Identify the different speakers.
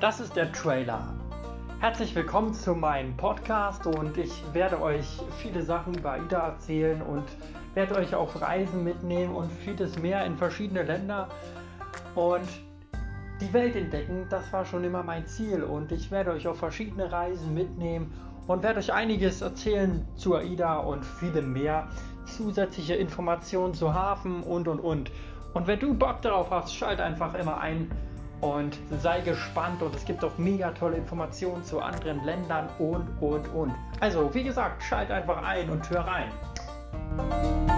Speaker 1: Das ist der Trailer. Herzlich willkommen zu meinem Podcast und ich werde euch viele Sachen über AIDA erzählen und werde euch auf Reisen mitnehmen und vieles mehr in verschiedene Länder und die Welt entdecken. Das war schon immer mein Ziel und ich werde euch auf verschiedene Reisen mitnehmen und werde euch einiges erzählen zu AIDA und viele mehr zusätzliche Informationen zu Hafen und. Und wenn du Bock darauf hast, schalt einfach immer ein und sei gespannt und es gibt auch mega tolle Informationen zu anderen Ländern und. Also, wie gesagt, schalt einfach ein und hör rein.